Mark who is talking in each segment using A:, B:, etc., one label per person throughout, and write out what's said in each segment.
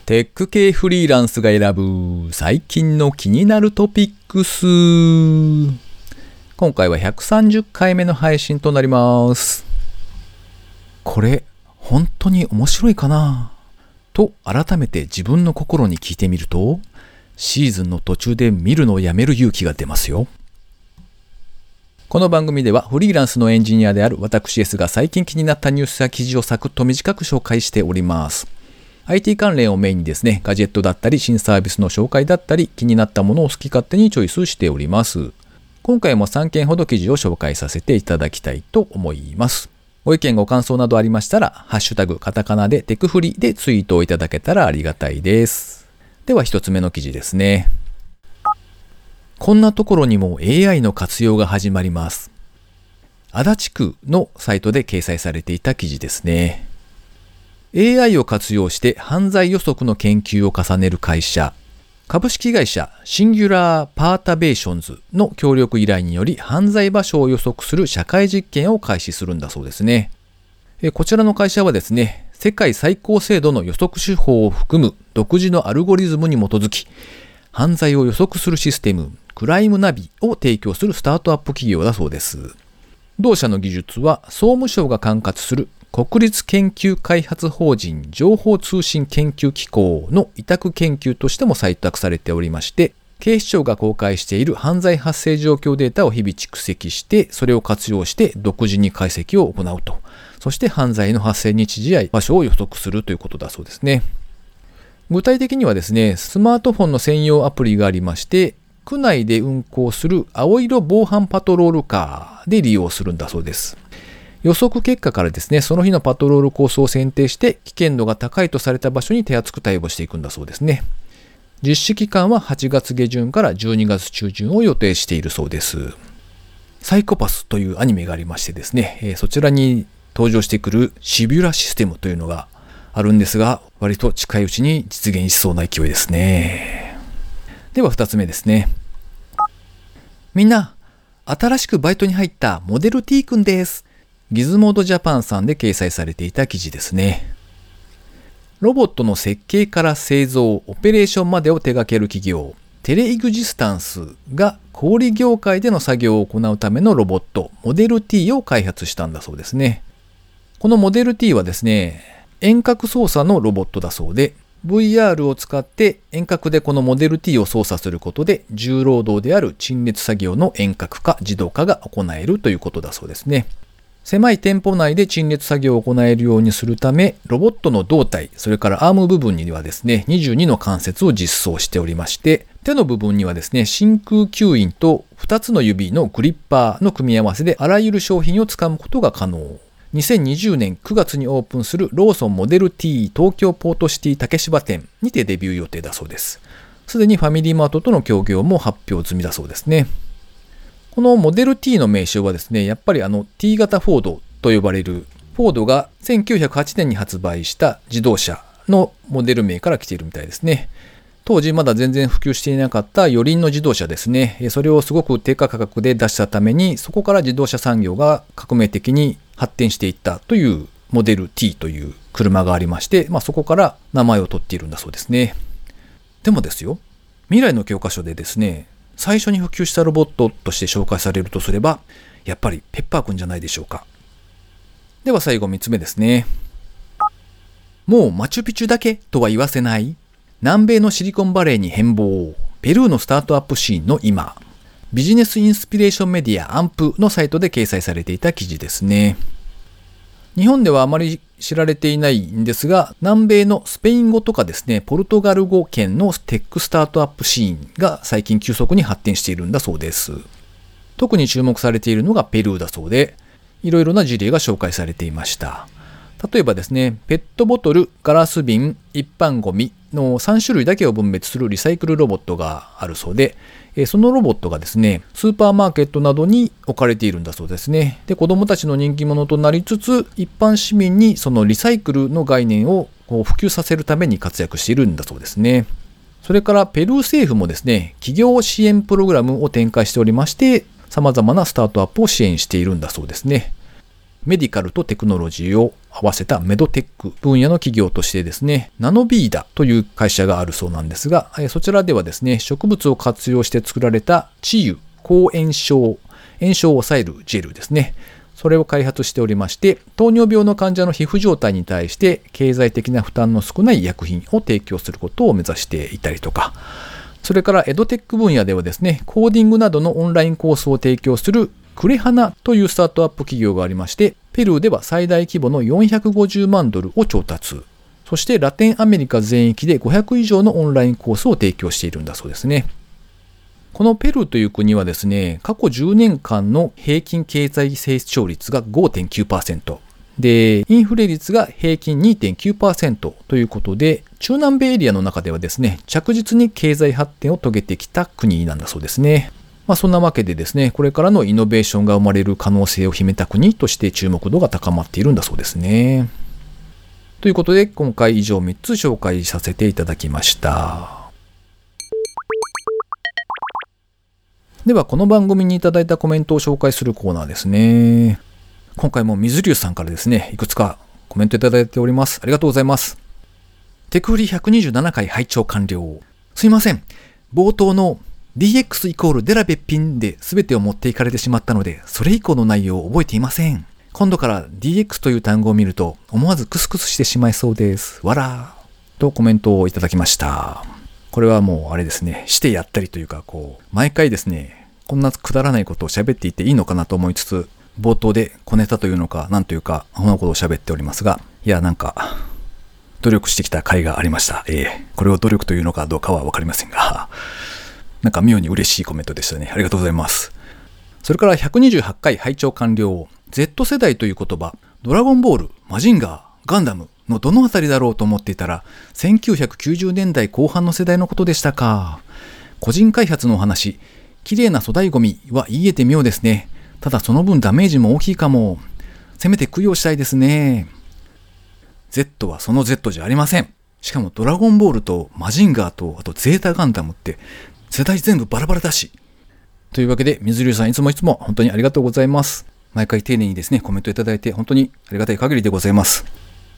A: テック系フリーランスが選ぶ最近の気になるトピックス。今回は130回目の配信となります。これ本当に面白いかなと改めて自分の心に聞いてみると、シーズンの途中で見るのをやめる勇気が出ますよ。この番組ではフリーランスのエンジニアである私 S が最近気になったニュースや記事をサクッと短く紹介しております。IT 関連をメインにですね、ガジェットだったり新サービスの紹介だったり気になったものを好き勝手にチョイスしております。今回も3件ほど記事を紹介させていただきたいと思います。ご意見ご感想などありましたら、ハッシュタグカタカナでテクフリでツイートをいただけたらありがたいです。では一つ目の記事ですね。こんなところにも AI の活用が始まります。足立区のサイトで掲載されていた記事ですね。AI を活用して犯罪予測の研究を重ねる会社、株式会社シンギュラーパータベーションズの協力依頼により犯罪場所を予測する社会実験を開始するんだそうですね。こちらの会社はですね、世界最高精度の予測手法を含む独自のアルゴリズムに基づき、犯罪を予測するシステム、クライムナビを提供するスタートアップ企業だそうです。同社の技術は総務省が管轄する国立研究開発法人情報通信研究機構の委託研究としても採択されておりまして、警視庁が公開している犯罪発生状況データを日々蓄積して、それを活用して独自に解析を行うと。そして犯罪の発生日時や場所を予測するということだそうですね。具体的にはですね、スマートフォンの専用アプリがありまして、区内で運行する青色防犯パトロールカーで利用するんだそうです。予測結果からですね、その日のパトロールコースを選定して危険度が高いとされた場所に手厚く対応していくんだそうですね。実施期間は8月下旬から12月中旬を予定しているそうです。サイコパスというアニメがありましてですね、そちらに登場してくるシビュラシステムというのがあるんですが、割と近いうちに実現しそうな勢いですね。では2つ目ですね。みんな、新しくバイトに入ったモデル T 君です。ギズモードジャパンさんで掲載されていた記事ですね。ロボットの設計から製造、オペレーションまでを手掛ける企業、テレエグジスタンスが小売業界での作業を行うためのロボット、モデル T を開発したんだそうですね。このモデル T はですね、遠隔操作のロボットだそうで、VR を使って遠隔でこのモデル T を操作することで、重労働である陳列作業の遠隔化、自動化が行えるということだそうですね。狭い店舗内で陳列作業を行えるようにするため、ロボットの胴体、それからアーム部分にはですね、22の関節を実装しておりまして、手の部分にはですね、真空吸引と2つの指のグリッパーの組み合わせであらゆる商品をつかむことが可能。2020年9月にオープンするローソンモデル T 東京ポートシティ竹芝店にてデビュー予定だそうです。すでにファミリーマートとの協業も発表済みだそうですね。このモデル T の名称はですね、やっぱりT 型フォードと呼ばれる、フォードが1908年に発売した自動車のモデル名から来ているみたいですね。当時まだ全然普及していなかった4輪の自動車ですね。それをすごく低価格で出したために、そこから自動車産業が革命的に発展していったというモデル T という車がありまして、そこから名前を取っているんだそうですね。でもですよ、未来の教科書でですね、最初に普及したロボットとして紹介されるとすれば、やっぱりペッパーくんじゃないでしょうか。では最後3つ目ですね。もうマチュピチュだけとは言わせない。南米のシリコンバレーに変貌。ペルーのスタートアップシーンの今。ビジネスインスピレーションメディアアンプのサイトで掲載されていた記事ですね。日本ではあまり知られていないんですが、南米のスペイン語とかですね、ポルトガル語圏のテックスタートアップシーンが最近急速に発展しているんだそうです。特に注目されているのがペルーだそうで、いろいろな事例が紹介されていました。例えばですね、ペットボトル、ガラス瓶、一般ゴミの3種類だけを分別するリサイクルロボットがあるそうで、そのロボットがですね、スーパーマーケットなどに置かれているんだそうですね。で、子どもたちの人気者となりつつ、一般市民にそのリサイクルの概念を普及させるために活躍しているんだそうですね。それからペルー政府もですね、企業支援プログラムを展開しておりまして、様々なスタートアップを支援しているんだそうですね。メディカルとテクノロジーを合わせたメドテック分野の企業としてですね、ナノビーダという会社があるそうなんですが、そちらではですね、植物を活用して作られた治癒、抗炎症を抑えるジェルですね。それを開発しておりまして、糖尿病の患者の皮膚状態に対して経済的な負担の少ない薬品を提供することを目指していたりとか、それからエドテック分野ではですね、コーディングなどのオンラインコースを提供するクレハナというスタートアップ企業がありまして、ペルーでは最大規模の450万ドルを調達。そしてラテンアメリカ全域で500以上のオンラインコースを提供しているんだそうですね。このペルーという国はですね、過去10年間の平均経済成長率が 5.9%。で、インフレ率が平均 2.9% ということで、中南米エリアの中ではですね、着実に経済発展を遂げてきた国なんだそうですね。そんなわけでですね、これからのイノベーションが生まれる可能性を秘めた国として注目度が高まっているんだそうですね。ということで、今回以上3つ紹介させていただきました。では、この番組にいただいたコメントを紹介するコーナーですね。今回も水流さんからですね、いくつかコメントいただいております。ありがとうございます。テクフリ127回拝聴完了。すいません。冒頭の DX イコールデラべっぴんで全てを持っていかれてしまったので、それ以降の内容を覚えていません。今度から DX という単語を見ると思わずクスクスしてしまいそうです。わらーとコメントをいただきました。これはもうあれですね、してやったりというか、毎回ですね、こんなくだらないことを喋っていていいのかなと思いつつ、冒頭で小ネタというのか、なんというか、こんなことを喋っておりますが、いや、なんか、努力してきた甲斐がありました。これを努力というのかどうかはわかりませんが、なんか妙に嬉しいコメントでしたね。ありがとうございます。それから128回拝聴完了。Z 世代という言葉、ドラゴンボール、マジンガー、ガンダムのどのあたりだろうと思っていたら、1990年代後半の世代のことでしたか。個人開発のお話、綺麗な粗大ゴミは言い得て妙ですね。ただその分ダメージも大きいかも。せめて供養したいですね。Z はその Z じゃありません。しかもドラゴンボールとマジンガーとあとゼータガンダムって世代全部バラバラだし。というわけで水流さんいつも本当にありがとうございます。毎回丁寧にですねコメントいただいて本当にありがたい限りでございます。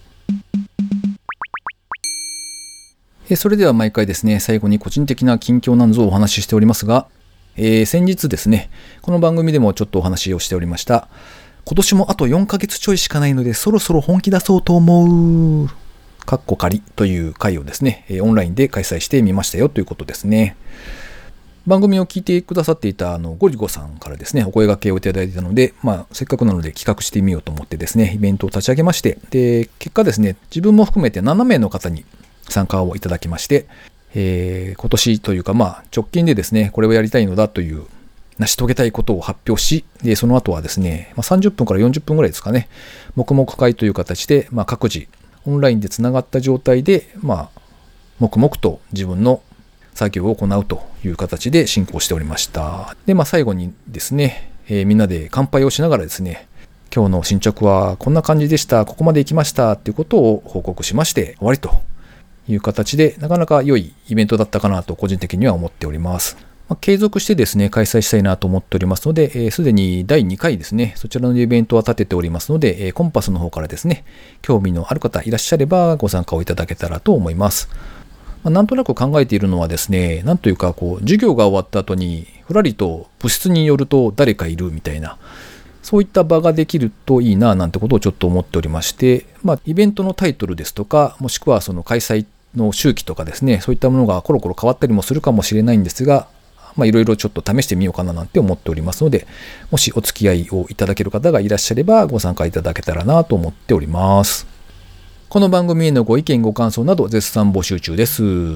A: それでは毎回ですね最後に個人的な近況なんぞをお話ししておりますが、先日ですねこの番組でもちょっとお話をしておりました今年もあと4ヶ月ちょいしかないのでそろそろ本気出そうと思うかっこ仮という会をですねオンラインで開催してみましたよということですね。番組を聞いてくださっていたゴリゴさんからですねお声掛けをいただいていたので、せっかくなので企画してみようと思ってですねイベントを立ち上げまして、で結果ですね自分も含めて7名の方に参加をいただきまして、今年というか直近でですねこれをやりたいのだという成し遂げたいことを発表し、でその後はですね、30分から40分ぐらいですかね黙々会という形で、各自オンラインでつながった状態で、黙々と自分の作業を行うという形で進行しておりました。で、最後にですね、みんなで乾杯をしながらですね、今日の進捗はこんな感じでした、ここまで行きましたっていうことを報告しまして終わりという形で、なかなか良いイベントだったかなと個人的には思っております。継続してですね、開催したいなと思っておりますので、すでに第2回ですね、そちらのイベントは立てておりますので、コンパスの方からですね、興味のある方いらっしゃればご参加をいただけたらと思います。なんとなく考えているのはですね、なんというか授業が終わった後にふらりと部室に寄ると誰かいるみたいな、そういった場ができるといいななんてことをちょっと思っておりまして、イベントのタイトルですとか、もしくはその開催の周期とかですね、そういったものがコロコロ変わったりもするかもしれないんですが、いろいろちょっと試してみようかななんて思っておりますので、もしお付き合いをいただける方がいらっしゃればご参加いただけたらなと思っております。この番組へのご意見ご感想など絶賛募集中です。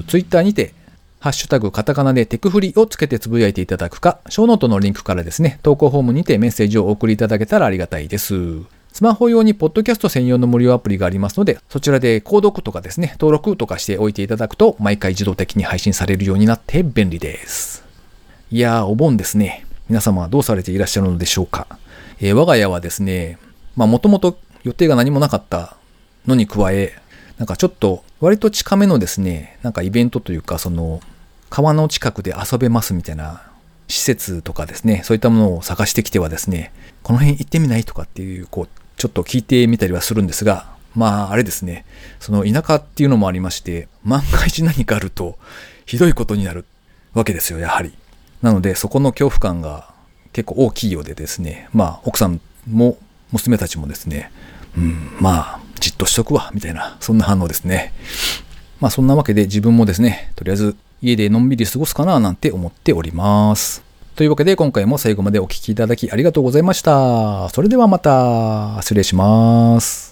A: ツイッターにてハッシュタグカタカナでテクフリをつけてつぶやいていただくか、ショーノートのリンクからですね、投稿フォームにてメッセージをお送りいただけたらありがたいです。スマホ用にポッドキャスト専用の無料アプリがありますので、そちらで購読とかですね、登録とかしておいていただくと、毎回自動的に配信されるようになって便利です。いやー、お盆ですね。皆様はどうされていらっしゃるのでしょうか。我が家はですね、もともと予定が何もなかったのに加え、なんかちょっと割と近めのですね、なんかイベントというか、その川の近くで遊べますみたいな施設とかですね、そういったものを探してきてはですね、この辺行ってみないとかっていう、ちょっと聞いてみたりはするんですが、 まああれですね、その田舎っていうのもありまして、万が一何かあるとひどいことになるわけですよ、やはり。なのでそこの恐怖感が結構大きいようでですね、まあ奥さんも娘たちもですね、まあじっとしとくわみたいな、そんな反応ですね。まあそんなわけで自分もですね、とりあえず家でのんびり過ごすかななんて思っております。というわけで今回も最後までお聞きいただきありがとうございました。それではまた失礼します。